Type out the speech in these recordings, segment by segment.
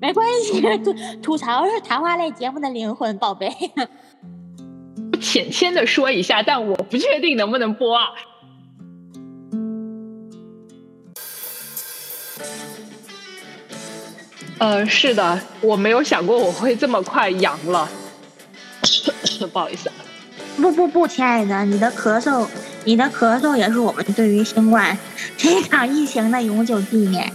没关系，吐槽是谈话类节目的灵魂，宝贝。 浅浅的说一下，但我不确定能不能播啊。是的，我没有想过我会这么快阳了。不好意思啊。 不，亲爱的，你的咳嗽也是我们对于新冠这场疫情的永久纪念。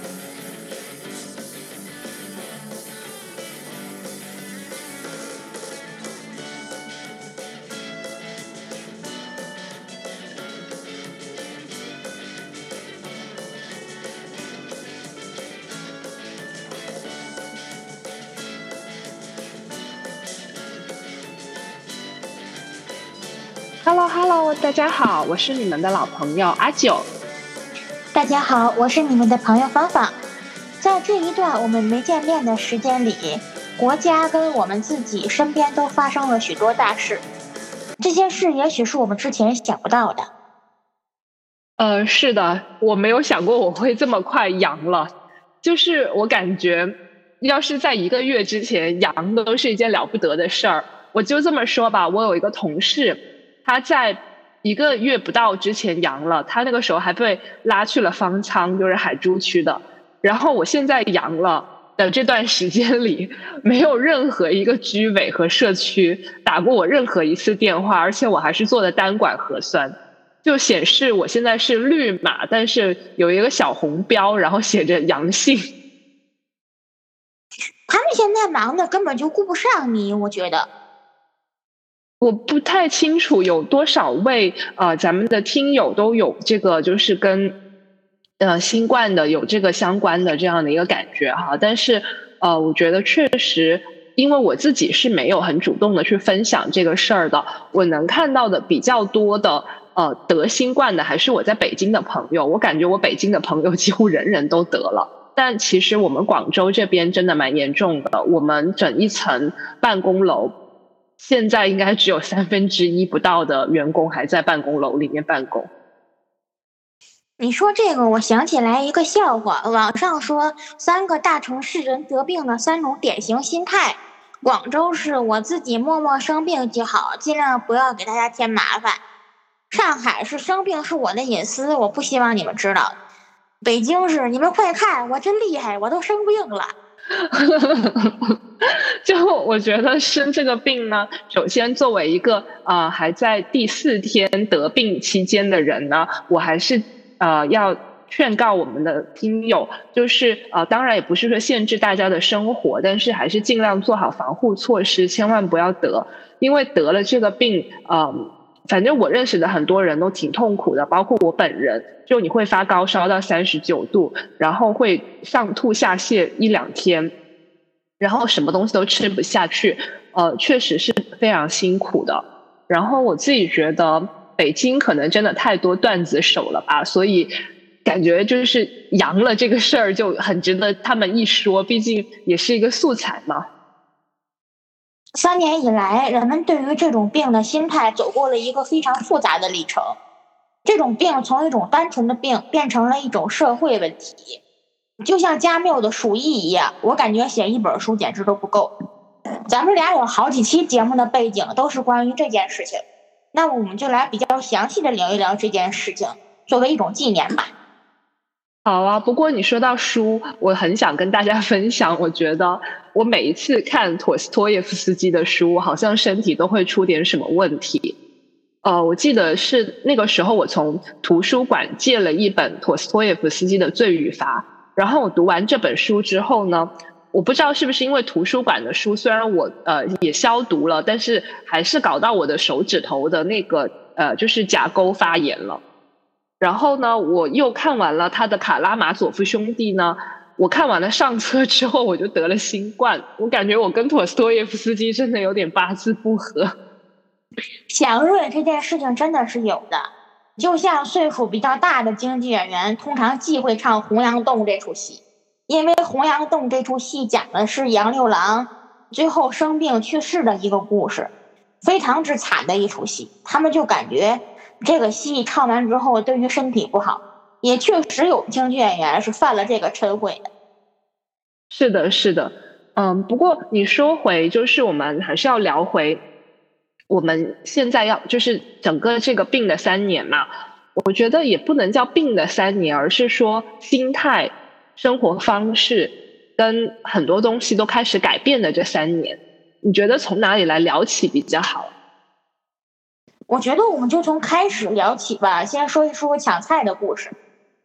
Hello， 大家好，我是你们的老朋友阿九。 大家好，我是你们的朋友芳芳。在这一段我们没见面的时间里，国家跟我们自己身边都发生了许多大事，这些事也许是我们之前想不到的。 是的，我没有想过我会这么快阳了。就是我感觉，要是在1个月之前阳都是一件了不得的事儿。我就这么说吧，我有一个同事，他在1个月不到之前阳了，他那个时候还被拉去了方舱，就是海珠区的。然后我现在阳了的这段时间里，没有任何一个居委和社区打过我任何一次电话，而且我还是做的单管核酸，就显示我现在是绿码，但是有一个小红标，然后写着阳性。 他们现在忙的根本就顾不上你，我觉得。 我不太清楚有多少位咱们的听友都有这个就是跟新冠的有这个相关的这样的一个感觉哈，但是我觉得确实，因为我自己是没有很主动的去分享这个事儿的，我能看到的比较多的得新冠的还是我在北京的朋友，我感觉我北京的朋友几乎人人都得了。但其实我们广州这边真的蛮严重的，我们整一层办公楼现在应该只有1/3不到的员工还在办公楼里面办公。 你说这个，我想起来一个笑话，网上说3个大城市人得病的3种典型心态。广州是我自己默默生病就好，尽量不要给大家添麻烦。上海是生病是我的隐私，我不希望你们知道。北京是你们快看，我真厉害，我都生病了。 就我觉得生这个病呢，首先作为一个还在第4天得病期间的人呢，我还是要劝告我们的听友，就是当然也不是说限制大家的生活，但是还是尽量做好防护措施，千万不要得，因为得了这个病反正我认识的很多人都挺痛苦的，包括我本人，就你会发高烧到39度，然后会上吐下泻1-2天，然后什么东西都吃不下去，确实是非常辛苦的。然后我自己觉得北京可能真的太多段子手了吧，所以感觉就是阳了这个事儿就很值得他们一说，毕竟也是一个素材嘛。 3年以来，人们对于这种病的心态走过了一个非常复杂的历程。这种病从一种单纯的病变成了一种社会问题，就像加缪的鼠疫一样，我感觉写一本书简直都不够。咱们俩有好几期节目的背景都是关于这件事情，那么我们就来比较详细的聊一聊这件事情，作为一种纪念吧。 好啊，不过你说到书，我很想跟大家分享，我觉得我每一次看陀思妥耶夫斯基的书，好像身体都会出点什么问题。我记得是那个时候我从图书馆借了一本陀思妥耶夫斯基的《罪与罚》，然后我读完这本书之后呢，我不知道是不是因为图书馆的书虽然我也消毒了，但是还是搞到我的手指头的那个就是甲沟发炎了。然后呢，我又看完了他的《卡拉马佐夫兄弟》呢，我看完了上册之后，我就得了新冠。我感觉我跟陀思妥耶夫斯基真的有点八字不合。 祥瑞这件事情真的是有的，就像岁数比较大的京剧演员通常忌讳唱《洪阳洞》这出戏，因为《洪阳洞》这出戏讲的是杨六郎最后生病去世的一个故事，非常之惨的一出戏，他们就感觉这个戏唱完之后对于身体不好，也确实有京剧演员是犯了这个嗔讳的。 是的，是的， 不过你说回，就是我们还是要聊回我们现在要就是整个这个病的3年嘛，我觉得也不能叫病的3年，而是说心态、生活方式跟很多东西都开始改变的这3年。你觉得从哪里来聊起比较好？ 我觉得我们就从开始聊起吧，先说一说抢菜的故事。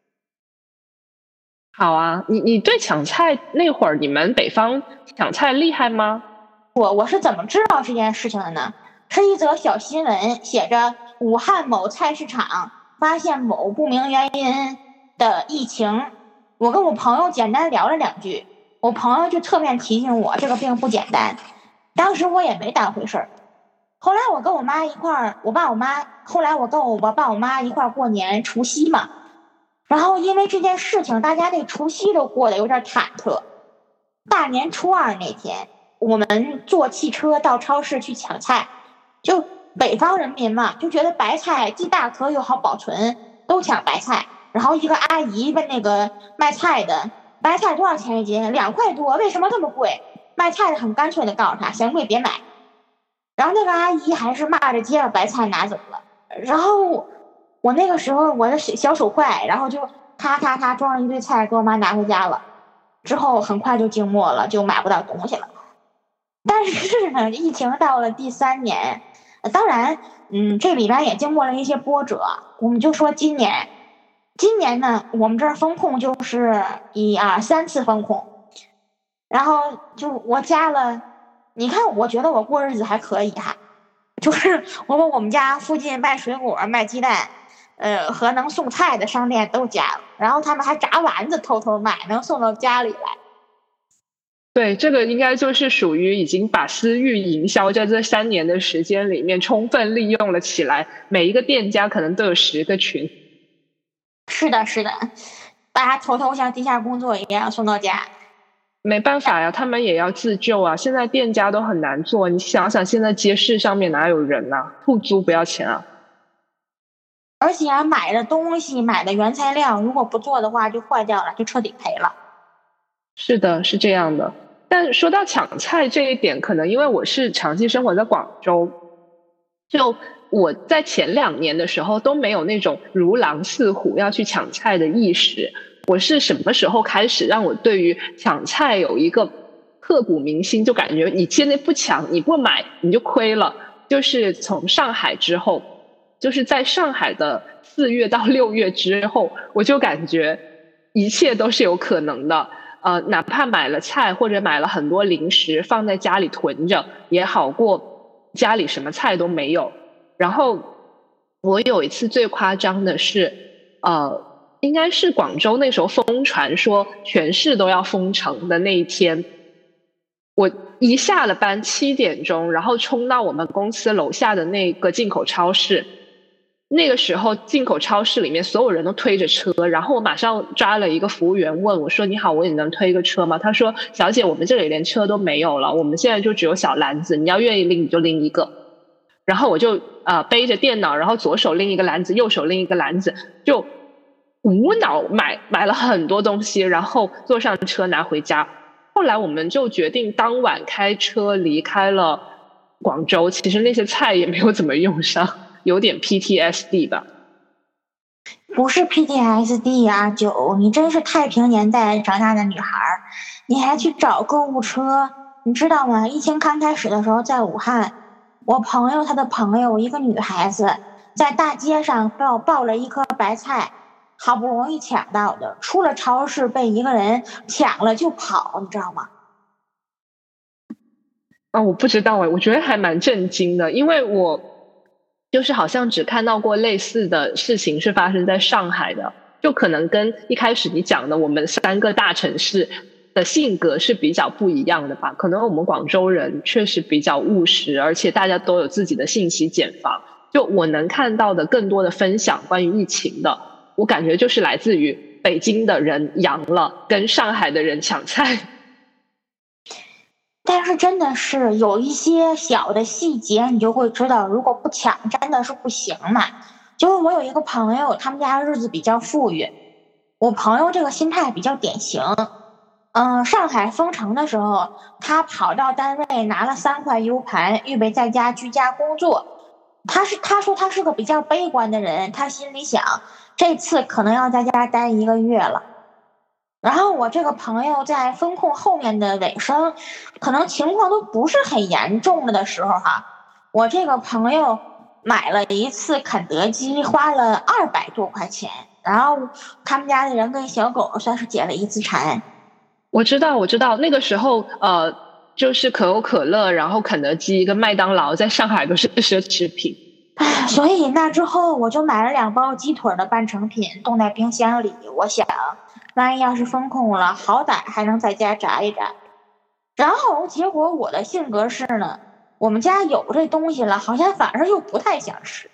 好啊，你对抢菜那会儿，你们北方抢菜厉害吗？ 我是怎么知道这件事情的呢？是一则小新闻，写着武汉某菜市场发现某不明原因的疫情。我跟我朋友简单聊了2句，我朋友就侧面提醒我这个病不简单。当时我也没当回事儿。后来我跟我妈一块儿，后来我跟我爸我妈一块儿过年除夕嘛。然后因为这件事情，大家对除夕都过得有点忐忑。大年初2那天，我们坐汽车到超市去抢菜，就北方人民嘛，就觉得白菜既大颗又好保存，都抢白菜。然后一个阿姨问那个卖菜的，白菜多少钱一斤？2块多，为什么这么贵？卖菜的很干脆的告诉他，嫌贵别买。然后那个阿姨还是骂着街把白菜拿走了。然后我那个时候我的小手快，然后就咔咔咔装了一堆菜给我妈拿回家了。之后很快就静默了，就买不到东西了。但是呢，疫情到了第3年，当然，这里边也经过了一些波折。我们就说今年呢，我们这儿封控就是1、2、3次封控，然后就我加了，你看，我觉得我过日子还可以哈，就是我们家附近卖水果、卖鸡蛋，和能送菜的商店都加了，然后他们还炸丸子偷偷卖，能送到家里来。 对，这个应该就是属于已经把私域营销在这3年的时间里面充分利用了起来，每一个店家可能都有10个群。 是的，是的，大家偷偷像地下工作一样送到家。 没办法呀，他们也要自救啊。现在店家都很难做，你想想，现在街市上面哪有人啊？兔租不要钱啊！ 而且买的东西、买的原材料，如果不做的话就坏掉了，就彻底赔了。 是的，是这样的。但说到抢菜这一点，可能因为我是长期生活在广州，就我在前2年的时候都没有那种如狼似虎要去抢菜的意识。我是什么时候开始让我对于抢菜有一个刻骨铭心，就感觉你现在不抢你不买你就亏了。就是从上海之后，就是在上海的4月到6月之后，我就感觉一切都是有可能的。哪怕买了菜或者买了很多零食放在家里囤着，也好过家里什么菜都没有。然后我有一次最夸张的是，应该是广州那时候疯传说全市都要封城的那一天，我一下了班7点钟，然后冲到我们公司楼下的那个进口超市。那个时候进口超市里面所有人都推着车，然后我马上抓了一个服务员问我说：“你好，我你能推一个车吗？”他说：“小姐，我们这里连车都没有了，我们现在就只有小篮子，你要愿意拎你就拎一个。”然后我就背着电脑，然后左手拎一个篮子，右手拎一个篮子，就无脑买了很多东西，然后坐上车拿回家。后来我们就决定当晚开车离开了广州，其实那些菜也没有怎么用上。有点 PTSD 吧。 不是 PTSD 啊，你真是太平年代长大的女孩，你还去找购物车，你知道吗？疫情刚开始的时候，在武汉，我朋友他的朋友一个女孩子在大街上抱了一颗白菜，好不容易抢到的，出了超市被一个人抢了就跑，你知道吗？ 我不知道我觉得还蛮震惊的，因为我就是好像只看到过类似的事情是发生在上海的，就可能跟一开始你讲的我们3个大城市的性格是比较不一样的吧。可能我们广州人确实比较务实，而且大家都有自己的信息茧房。就我能看到的更多的分享关于疫情的，我感觉就是来自于北京的人阳了，跟上海的人抢菜。 但是真的是有一些小的细节，你就会知道，如果不抢，真的是不行嘛。就是我有一个朋友，他们家日子比较富裕，我朋友这个心态比较典型， 上海封城的时候，他跑到单位拿了3块 U 盘，预备在家居家工作。他说他是个比较悲观的人，他心里想这次可能要在家待1个月了。然后我这个朋友在风控后面的尾声，可能情况都不是很严重了的时候哈，我这个朋友买了一次肯德基，花了200多块钱，然后他们家的人跟小狗算是解了一次馋。 我知道，我知道，那个时候就是可口可乐，然后肯德基跟麦当劳在上海都是奢侈品。 所以那之后我就买了2包鸡腿的半成品冻在冰箱里，我想万一要是封控了，好歹还能在家炸一炸。然后结果我的性格是呢，我们家有这东西了，好像反而又不太想吃。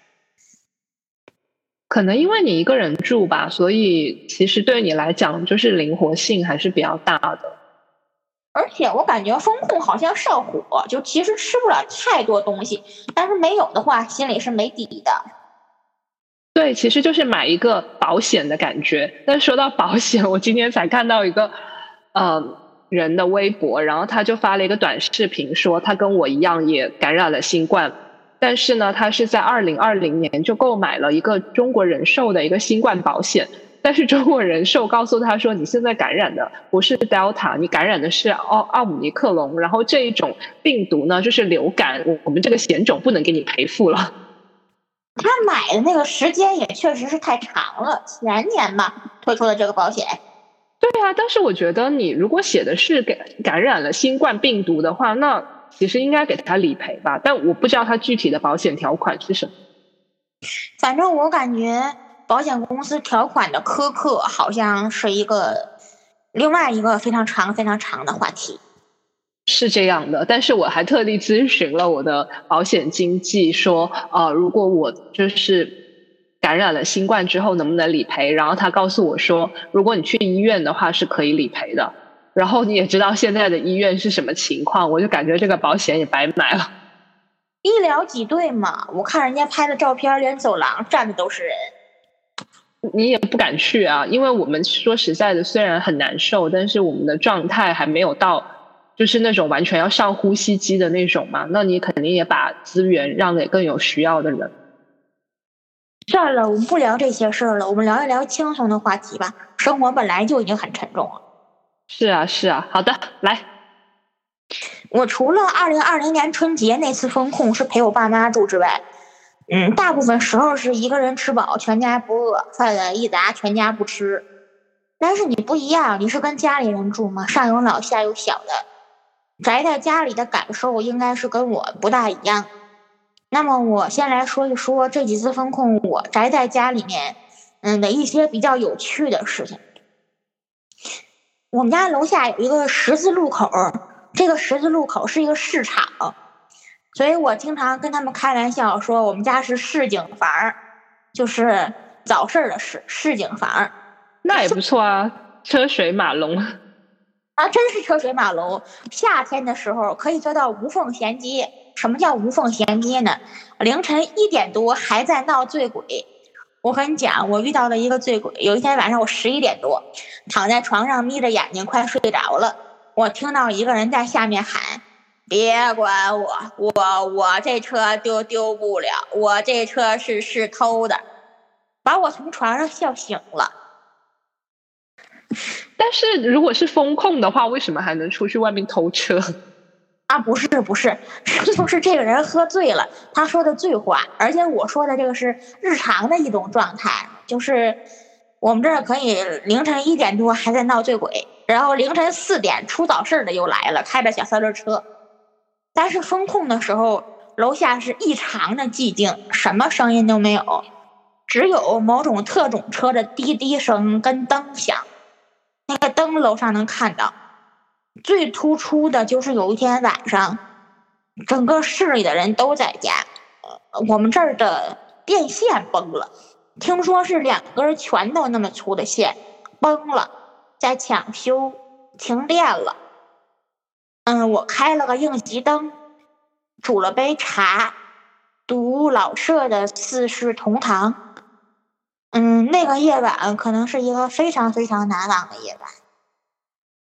可能因为你一个人住吧，所以其实对你来讲就是灵活性还是比较大的。 而且我感觉风控好像上火，就其实吃不了太多东西，但是没有的话心里是没底的。 对，其实就是买一个保险的感觉。但说到保险，我今天才看到一个人的微博，然后他就发了一个短视频，说他跟我一样也感染了新冠，但是呢，他是在2020年就购买了一个中国人寿的一个新冠保险。但是中国人寿告诉他说，你现在感染的不是 Delta， 你感染的是奥姆尼克戎，然后这一种病毒呢就是流感，我们这个险种不能给你赔付了。 他买的那个时间也确实是太长了，前年嘛推出的这个保险。 对啊，但是我觉得你如果写的是感染了新冠病毒的话，那其实应该给他理赔吧，但我不知道他具体的保险条款是什么。 反正我感觉保险公司条款的苛刻好像是另外一个非常长非常长的话题。 是这样的，但是我还特地咨询了我的保险经纪，说如果我就是感染了新冠之后能不能理赔，然后他告诉我说，如果你去医院的话是可以理赔的。然后你也知道现在的医院是什么情况，我就感觉这个保险也白买了。 医疗挤兑嘛，我看人家拍的照片，连走廊站的都是人。 你也不敢去啊，因为我们说实在的，虽然很难受，但是我们的状态还没有到就是那种完全要上呼吸机的那种嘛，那你肯定也把资源让给更有需要的人。 算了，我们不聊这些事儿了，我们聊一聊轻松的话题吧。生活本来就已经很沉重了。 是啊，是啊，好的，来。 我除了2020年春节那次封控是陪我爸妈住之外，大部分时候是一个人吃饱，全家不饿，饭了一砸，全家不吃。但是你不一样，你是跟家里人住嘛，上有老下有小的，宅在家里的感受应该是跟我不大一样。那么我先来说一说这几次封控我宅在家里面的一些比较有趣的事情。我们家楼下有一个十字路口，这个十字路口是一个市场，所以我经常跟他们开玩笑说我们家是市井房，就是早市的市井房。 那也不错啊，车水马龙啊，真是车水马龙。夏天的时候可以做到无缝衔接。什么叫无缝衔接呢？凌晨1点多还在闹醉鬼。我跟你讲，我遇到了一个醉鬼。有一天晚上我11点多躺在床上眯着眼睛快睡着了，我听到一个人在下面喊，别管我这车丢不了，我这车是偷的，把我从床上笑醒了。 但是如果是风控的话，为什么还能出去外面偷车啊？不是，就是这个人喝醉了，他说的醉话，而且我说的这个是日常的一种状态，就是我们这儿可以凌晨1点多还在闹醉鬼，然后凌晨4点出早市的又来了，开着小三轮车。但是封控的时候，楼下是异常的寂静，什么声音都没有，只有某种特种车的滴滴声跟灯响，那个灯楼上能看到。最突出的就是有一天晚上，整个市里的人都在家，我们这儿的电线崩了，听说是2根拳头那么粗的线崩了，在抢修，停电了。我开了个应急灯，煮了杯茶，读老舍的四世同堂。那个夜晚可能是一个非常非常难忘的夜晚。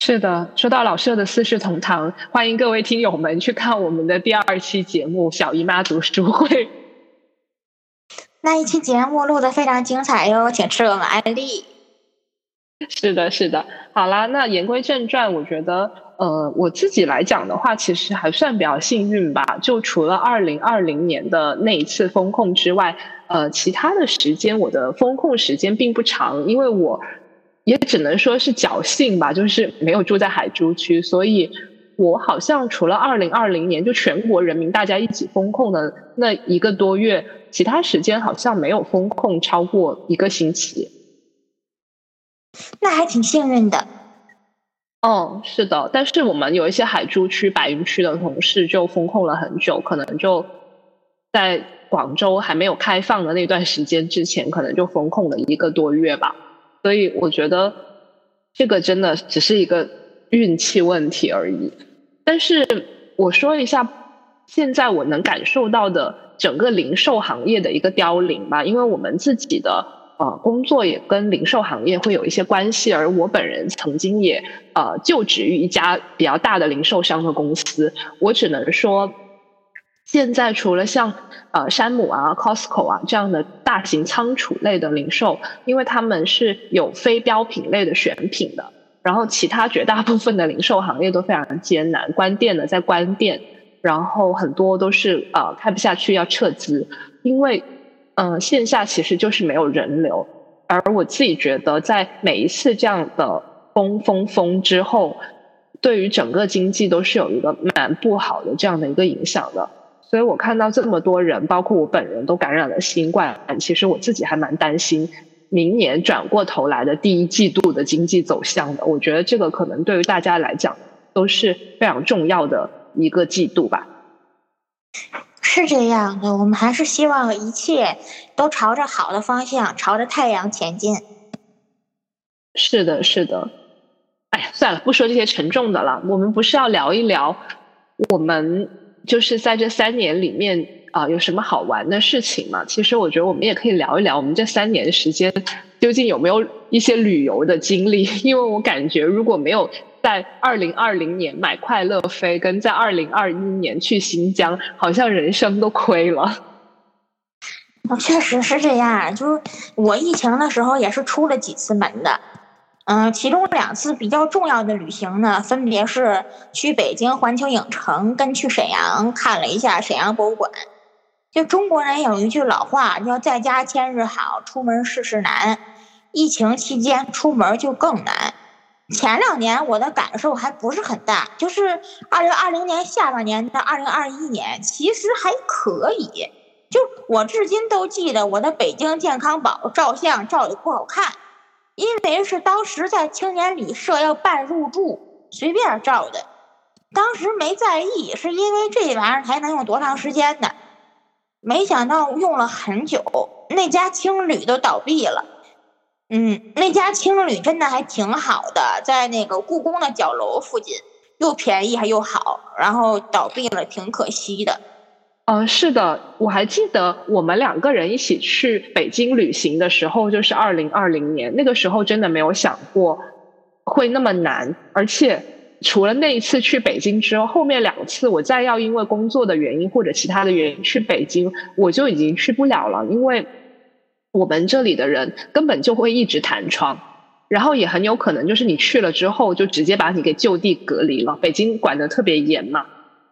是的，说到老舍的四世同堂，欢迎各位听友们去看我们的第2期节目《小姨妈读书会》。 那一期节目录得非常精彩哟，请吃我们安利。 是的，是的。好啦，那言归正传，我觉得，我自己来讲的话，其实还算比较幸运吧。就除了2020年的那一次封控之外，其他的时间我的封控时间并不长，因为我也只能说是侥幸吧，就是没有住在海珠区，所以我好像除了2020年就全国人民大家一起封控的那1个多月，其他时间好像没有封控超过1个星期。 那还挺幸运的。 是的，但是我们有一些海珠区、白云区的同事就封控了很久，可能就在广州还没有开放的那段时间之前，可能就封控了1个多月吧。所以我觉得这个真的只是一个运气问题而已。但是我说一下，现在我能感受到的整个零售行业的一个凋零吧，因为我们自己的工作也跟零售行业会有一些关系，而我本人曾经也就职于一家比较大的零售商的公司，我只能说，现在除了像山姆啊、Costco 啊这样的大型仓储类的零售，因为他们是有非标品类的选品的，然后其他绝大部分的零售行业都非常的艰难，关店的在关店，然后很多都是开不下去要撤资，因为线下其实就是没有人流，而我自己觉得在每一次这样的封之后，对于整个经济都是有一个蛮不好的这样的一个影响的。所以我看到这么多人，包括我本人都感染了新冠，其实我自己还蛮担心明年转过头来的第1季度的经济走向的。我觉得这个可能对于大家来讲都是非常重要的一个季度吧。 是这样的，我们还是希望一切都朝着好的方向，朝着太阳前进。 是的，是的。哎呀，算了，不说这些沉重的了。我们不是要聊一聊我们就是在这3年里面有什么好玩的事情嘛？其实我觉得我们也可以聊一聊我们这3年的时间究竟有没有一些旅游的经历，因为我感觉如果没有在2020年买快乐飞，跟在2021年去新疆，好像人生都亏了。 确实是这样，就是我疫情的时候也是出了几次门的。其中2次比较重要的旅行呢，分别是去北京环球影城跟去沈阳看了一下沈阳博物馆。就中国人有一句老话叫在家千日好，出门事事难。疫情期间出门就更难。前2年我的感受还不是很大，就是2020年下半年到2021年其实还可以。就我至今都记得我的北京健康宝照相照得不好看，因为是当时在青年旅社要办入住，随便照的。当时没在意，是因为这玩意儿才能用多长时间呢？没想到用了很久，那家青旅都倒闭了。那家青旅真的还挺好的，在那个故宫的角楼附近，又便宜还又好，然后倒闭了，挺可惜的。 是的，我还记得我们2个人一起去北京旅行的时候，就是2020年，那个时候真的没有想过会那么难，而且除了那一次去北京之后，后面2次我再要因为工作的原因或者其他的原因去北京，我就已经去不了了，因为我们这里的人根本就会一直弹窗，然后也很有可能就是你去了之后就直接把你给就地隔离了，北京管得特别严嘛。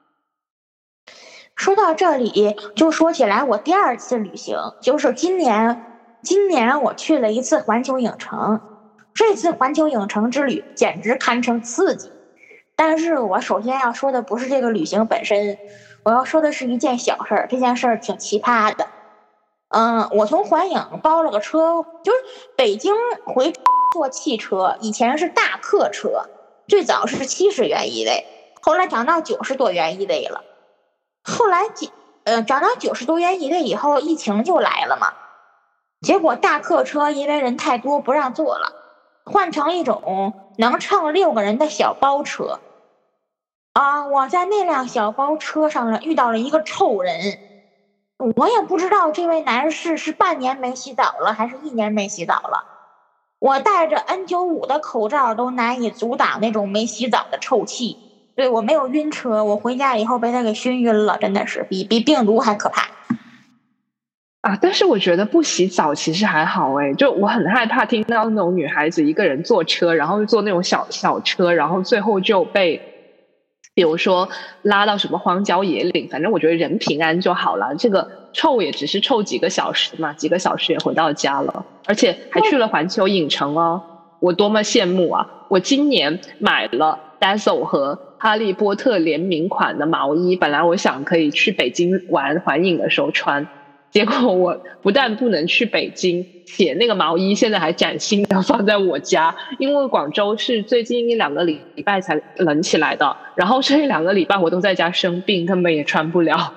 说到这里，就说起来我第2次旅行，就是今年我去了一次环球影城。这次环球影城之旅简直堪称刺激。但是我首先要说的不是这个旅行本身，我要说的是一件小事儿。这件事儿挺奇葩的。我从环影包了个车，就是北京回坐汽车，以前是大客车，最早是70元一位，后来涨到90多元一位了。后来涨到90多元一位以后，疫情就来了嘛。结果大客车因为人太多不让坐了，换成一种能乘6个人的小包车。我在那辆小包车上遇到了一个臭人，我也不知道这位男士是半年没洗澡了还是1年没洗澡了。 我戴着 N95的口罩都难以阻挡那种没洗澡的臭气。对，我没有晕车，我回家以后被他给熏晕了，真的是比病毒还可怕。 啊，但是我觉得不洗澡其实还好诶，就我很害怕听到那种女孩子一个人坐车，然后坐那种小小车，然后最后就被，比如说拉到什么荒郊野岭，反正我觉得人平安就好了。这个臭也只是臭几个小时嘛，几个小时也回到家了，而且还去了环球影城哦，我多么羡慕啊！我今年买了 Dazzle 和哈利波特联名款的毛衣，本来我想可以去北京玩环影的时候穿。结果我不但不能去北京，且那个毛衣现在还崭新的放在我家，因为广州是最近1-2个礼拜才冷起来的，然后这1-2个礼拜我都在家生病，根本也穿不了。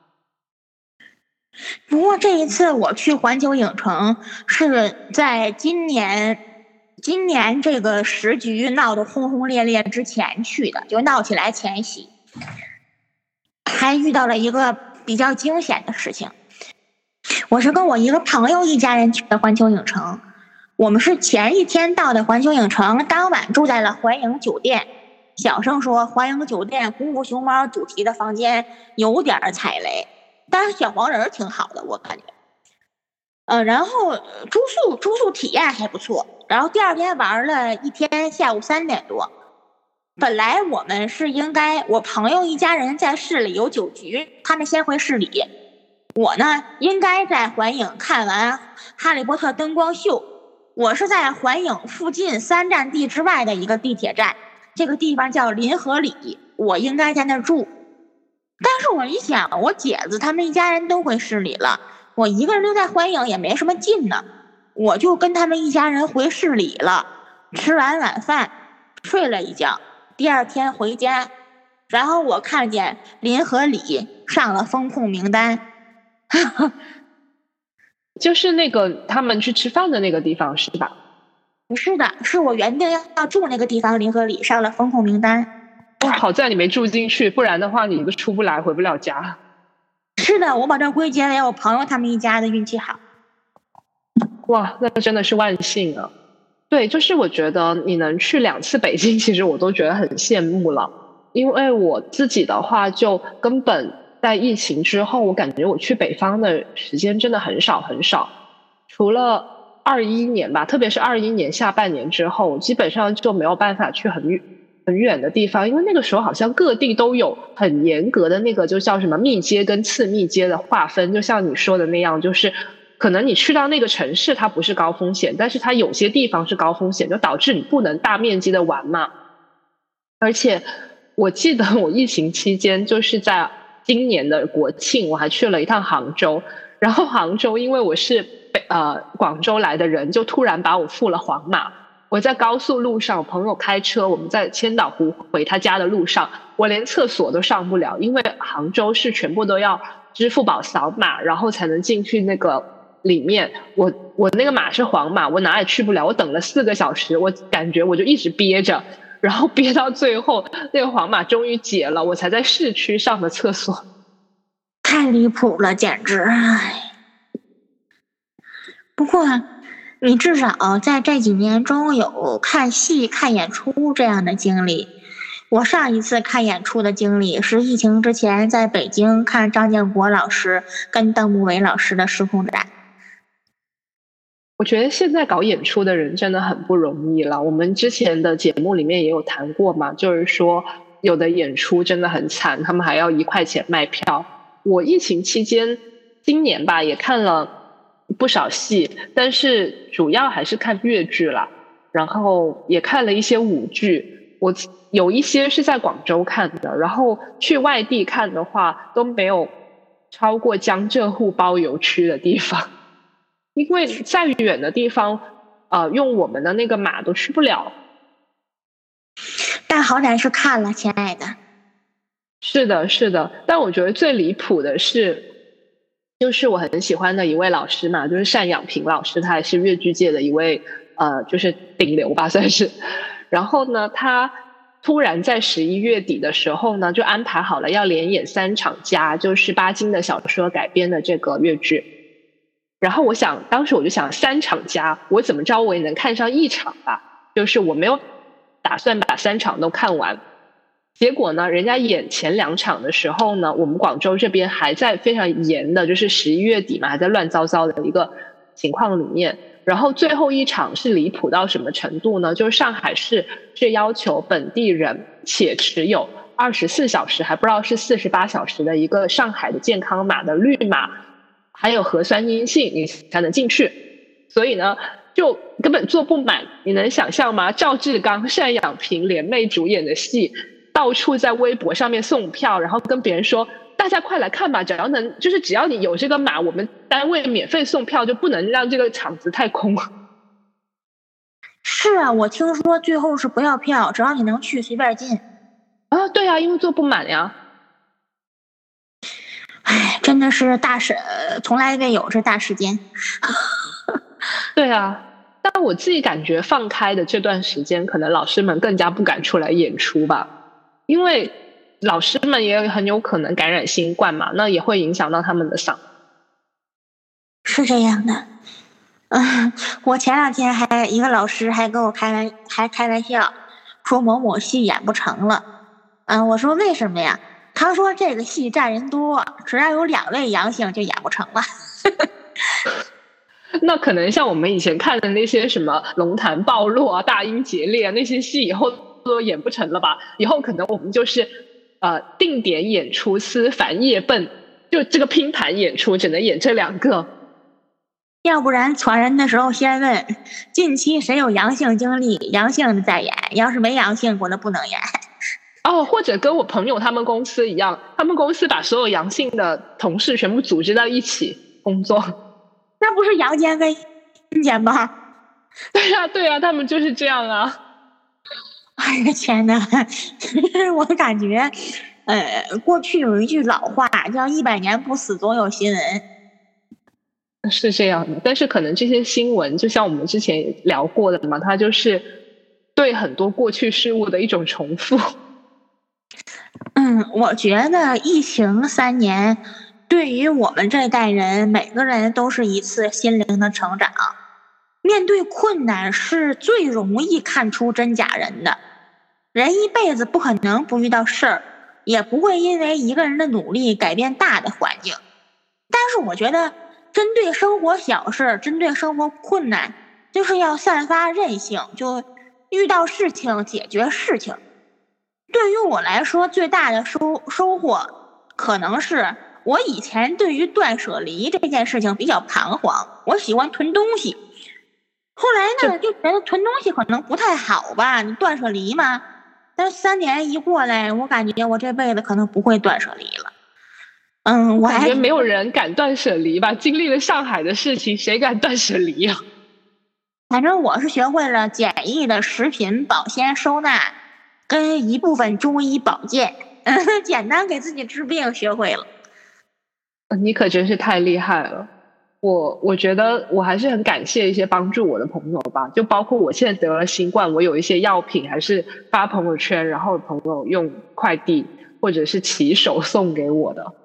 不过这一次我去环球影城是在今年这个时局闹得轰轰烈烈之前去的，就闹起来前夕，还遇到了一个比较惊险的事情。我是跟我一个朋友一家人去的环球影城，我们是前一天到的环球影城，当晚住在了环影酒店。小声说，环影酒店功夫熊猫主题的房间有点踩雷，但是小黄人挺好的，我感觉。然后住宿体验还不错，然后第二天玩了一天，下午3点多。本来我们是应该，我朋友一家人在市里有酒局，他们先回市里。我呢，应该在环影看完哈利波特灯光秀。我是在环影附近3站地之外的一个地铁站，这个地方叫临河里，我应该在那儿住。但是我一想，我姐子他们一家人都回市里了，我一个人留在环影也没什么劲呢，我就跟他们一家人回市里了。吃完晚饭，睡了一觉，第二天回家，然后我看见临河里上了封控名单。 就是那个他们去吃饭的那个地方是吧？ 不是的，是我原定要住那个地方临河里上了封控名单。 哇，好在你没住进去，不然的话你都出不来，回不了家。 是的，我把这归结为我朋友他们一家的运气好。 哇，那真的是万幸啊！对，就是我觉得你能去2次北京，其实我都觉得很羡慕了。因为我自己的话，就根本在疫情之后，我感觉我去北方的时间真的很少很少，除了21年吧，特别是21年下半年之后，基本上就没有办法去很远的地方，因为那个时候好像各地都有很严格的那个就叫什么密接跟次密接的划分，就像你说的那样，就是可能你去到那个城市它不是高风险，但是它有些地方是高风险，就导致你不能大面积的玩嘛。而且我记得我疫情期间就是在今年的国庆，我还去了一趟杭州，然后杭州因为我是广州来的人，就突然把我付了黄码。我在高速路上，我朋友开车，我们在千岛湖回他家的路上，我连厕所都上不了，因为杭州是全部都要支付宝扫码，然后才能进去那个里面。我那个码是黄码，我哪也去不了，我等了4个小时，我感觉我就一直憋着，然后憋到最后那个黄码终于解了，我才在市区上的厕所。 太离谱了，简直！唉，不过你至少在这几年中有看戏、看演出这样的经历。我上一次看演出的经历是疫情之前在北京看张建国老师跟邓牧伟老师的时空展。 我觉得现在搞演出的人真的很不容易了。我们之前的节目里面也有谈过嘛，就是说有的演出真的很惨，他们还要1块钱卖票。我疫情期间今年吧也看了不少戏，但是主要还是看粤剧啦，然后也看了一些舞剧。我有一些是在广州看的，然后去外地看的话都没有超过江浙沪包邮区的地方。因为再远的地方用我们的那个码都去不了。 但好歹是看了，亲爱的。 是的是的，但我觉得最离谱的是就是我很喜欢的一位老师嘛，就是单养平老师，他也是粤剧界的一位就是顶流吧算是。然后呢他突然在11月底的时候呢就安排好了要连演3场家，就是巴金的小说改编的这个粤剧。 然后当时我就想3场加，我怎么着我也能看上1场吧，就是我没有打算把3场都看完。结果呢，人家演前2场的时候呢，我们广州这边还在非常严的，就是11月底嘛，还在乱糟糟的一个情况里面。然后最后1场是离谱到什么程度呢？就是上海市是要求本地人且持有24小时，还不知道是48小时的一个上海的健康码的绿码，还有核酸阴性，你才能进去。所以呢，就根本坐不满。你能想象吗？赵志刚、赡养平联袂主演的戏，到处在微博上面送票，然后跟别人说大家快来看吧，只要你有这个码，我们单位免费送票，就不能让这个场子太空。 是啊，我听说最后是不要票，只要你能去随便进啊。对啊，因为坐不满呀。 哎，真的是从来未有这大时间。 对啊，但我自己感觉放开的这段时间，可能老师们更加不敢出来演出吧，因为老师们也很有可能感染新冠嘛，那也会影响到他们的嗓。 是这样的。我前2天一个老师还跟我开玩笑，说某某戏演不成了。我说为什么呀？他说这个戏站人多，只要有2位阳性就演不成了。 那可能像我们以前看的那些什么龙潭暴落啊、大英劫猎啊那些戏，以后都演不成了吧？以后可能我们就是定点演出思凡夜奔，就这个拼盘演出只能演这2个。 要不然传人的时候先问近期谁有阳性经历，阳性的再演，要是没阳性我都不能演。 哦，或者跟我朋友他们公司一样，他们公司把所有阳性的同事全部组织到一起工作， 那不是阳间跟阴间吗？ 对啊，他们就是这样啊。 哎呀天哪！我感觉过去有一句老话叫100年不死总有新闻。 是这样的，但是可能这些新闻就像我们之前也聊过的嘛，它就是对很多过去事物的一种重复。 我觉得疫情3年对于我们这代人每个人都是一次心灵的成长。面对困难是最容易看出真假人的，人一辈子不可能不遇到事儿，也不会因为一个人的努力改变大的环境。但是我觉得针对生活小事，针对生活困难，就是要散发韧性，就遇到事情解决事情。对于我来说，最大的收获可能是我以前对于断舍离这件事情比较彷徨，我喜欢囤东西。后来呢，就觉得囤东西可能不太好吧，你断舍离嘛。但是3年一过来，我感觉我这辈子可能不会断舍离了。我感觉没有人敢断舍离吧？经历了上海的事情，谁敢断舍离啊？ 反正我是学会了简易的食品保鲜收纳，跟一部分中医保健，简单给自己治病学会了。 你可真是太厉害了。我觉得我还是很感谢一些帮助我的朋友吧，就包括我现在得了新冠，我有一些药品还是发朋友圈，然后朋友用快递或者是骑手送给我的。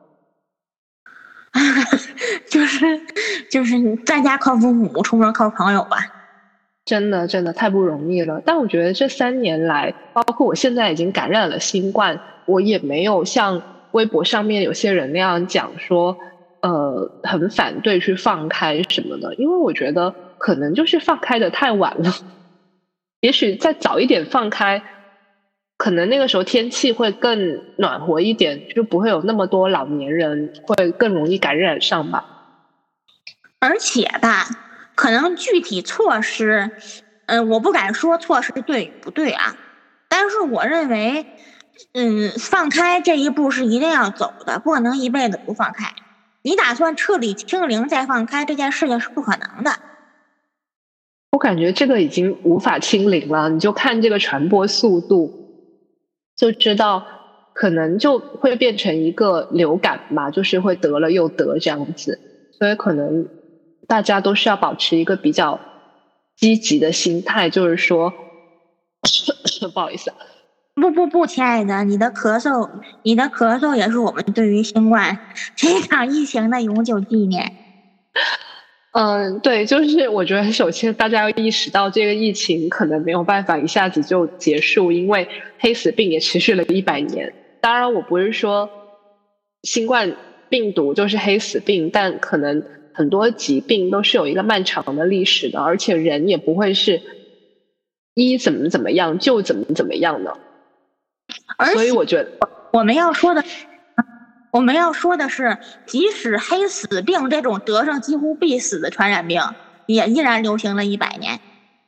就是在家靠父母，出门靠朋友吧。 真的太不容易了。但我觉得这3年来，包括我现在已经感染了新冠，我也没有像微博上面有些人那样讲说很反对去放开什么的，因为我觉得可能就是放开的太晚了。也许再早一点放开，可能那个时候天气会更暖和一点，就不会有那么多老年人会更容易感染上吧。 而且吧，可能具体措施我不敢说措施对与不对啊，但是我认为放开这一步是一定要走的，不可能一辈子不放开。你打算彻底清零再放开，这件事情是不可能的。 我感觉这个已经无法清零了，你就看这个传播速度就知道可能就会变成一个流感吧，就是会得了又得这样子。所以可能大家都是要保持一个比较积极的心态，就是说不好意思不，亲爱的，你的咳嗽也是我们对于新冠这场疫情的永久纪念。 对，就是我觉得首先大家要意识到这个疫情可能没有办法一下子就结束，因为黑死病也持续了100年。当然我不是说新冠病毒就是黑死病，但可能很多疾病都是有一个漫长的历史的，而且人也不会是怎么样就怎么样的。所以我觉得我们要说的是，即使黑死病这种得上几乎必死的传染病，也依然流行了100年。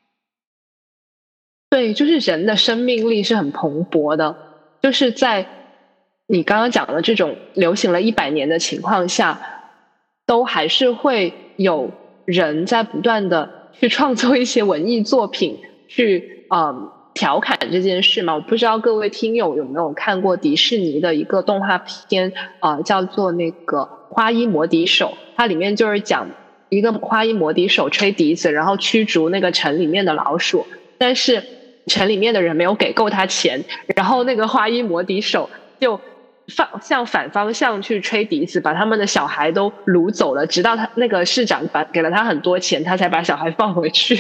对，就是人的生命力是很蓬勃的，就是在你刚刚讲的这种流行了100年的情况下，都还是会有人在不断的去创作一些文艺作品，去调侃这件事嘛。我不知道各位听友有没有看过迪士尼的一个动画片叫做那个花衣魔笛手，它里面就是讲一个花衣魔笛手吹笛子，然后驱逐那个城里面的老鼠，但是城里面的人没有给够他钱，然后那个花衣魔笛手就向反方向去吹笛子，把他们的小孩都掳走了，直到他那个市长给了他很多钱，他才把小孩放回去。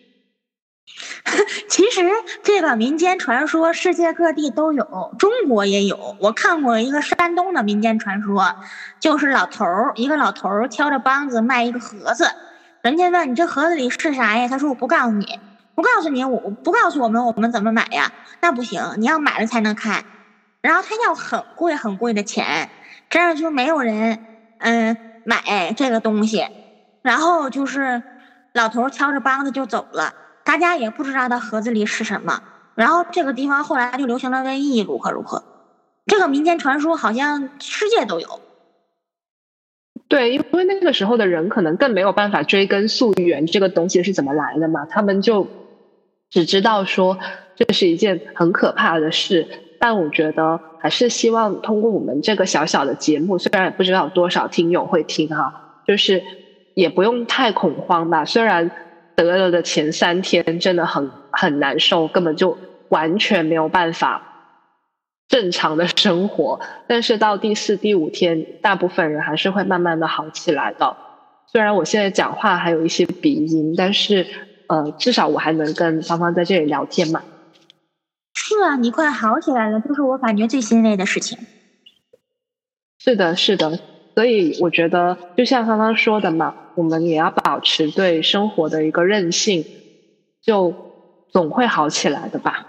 其实这个民间传说世界各地都有，中国也有。我看过一个山东的民间传说，就是一个老头敲着梆子卖一个盒子，人家问你这盒子里是啥呀？他说我不告诉你，我不告诉我们怎么买呀？那不行，你要买了才能看。然后他要很贵很贵的钱，这样就没有人买这个东西。然后就是老头敲着梆子就走了，大家也不知道他盒子里是什么。然后这个地方后来就流行了瘟疫，如何。这个民间传说好像世界都有。 对，因为那个时候的人可能更没有办法追根溯源这个东西是怎么来的嘛，他们就只知道说这是一件很可怕的事。但我觉得还是希望通过我们这个小小的节目，虽然也不知道有多少听友会听哈，就是也不用太恐慌吧。虽然得了的前3天真的很难受，根本就完全没有办法正常的生活，但是到第4、第5天，大部分人还是会慢慢的好起来的。虽然我现在讲话还有一些鼻音，但是至少我还能跟芳芳在这里聊天嘛。 是啊，你快好起来了，这是我感觉最欣慰的事情。 是的，所以我觉得就像芳芳说的嘛，我们也要保持对生活的一个韧性，就总会好起来的吧。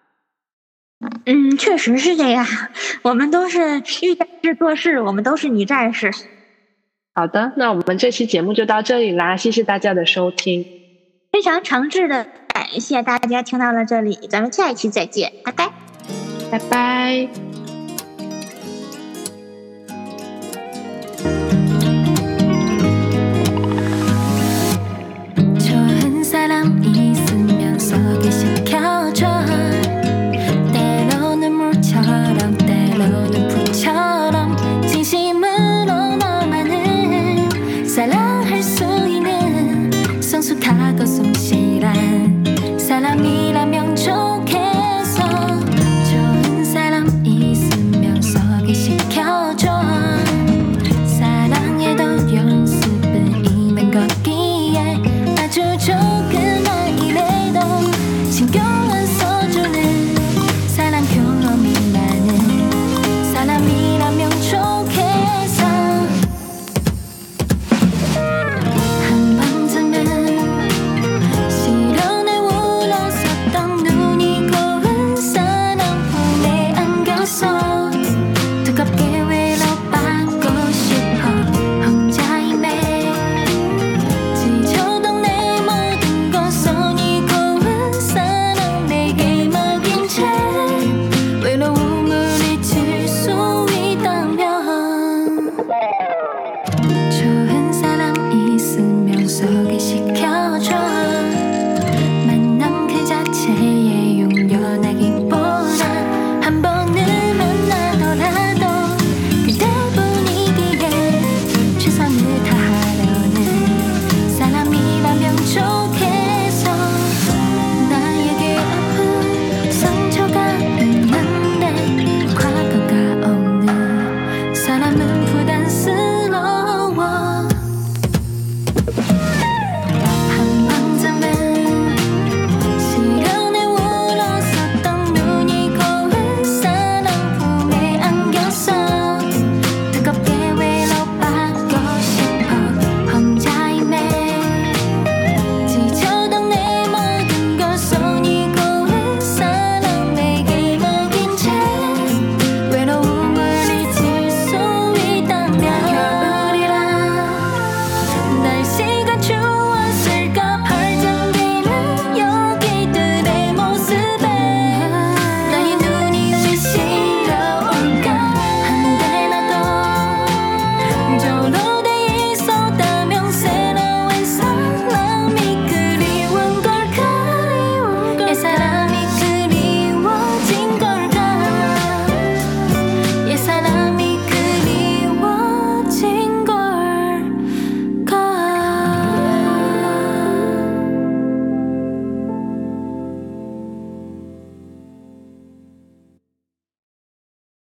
确实是这样，我们都是遇战士做事，我们都是女战士。 好的，那我们这期节目就到这里啦，谢谢大家的收听。 非常诚挚的感谢大家听到了这里，咱们下一期再见，拜拜。 拜拜。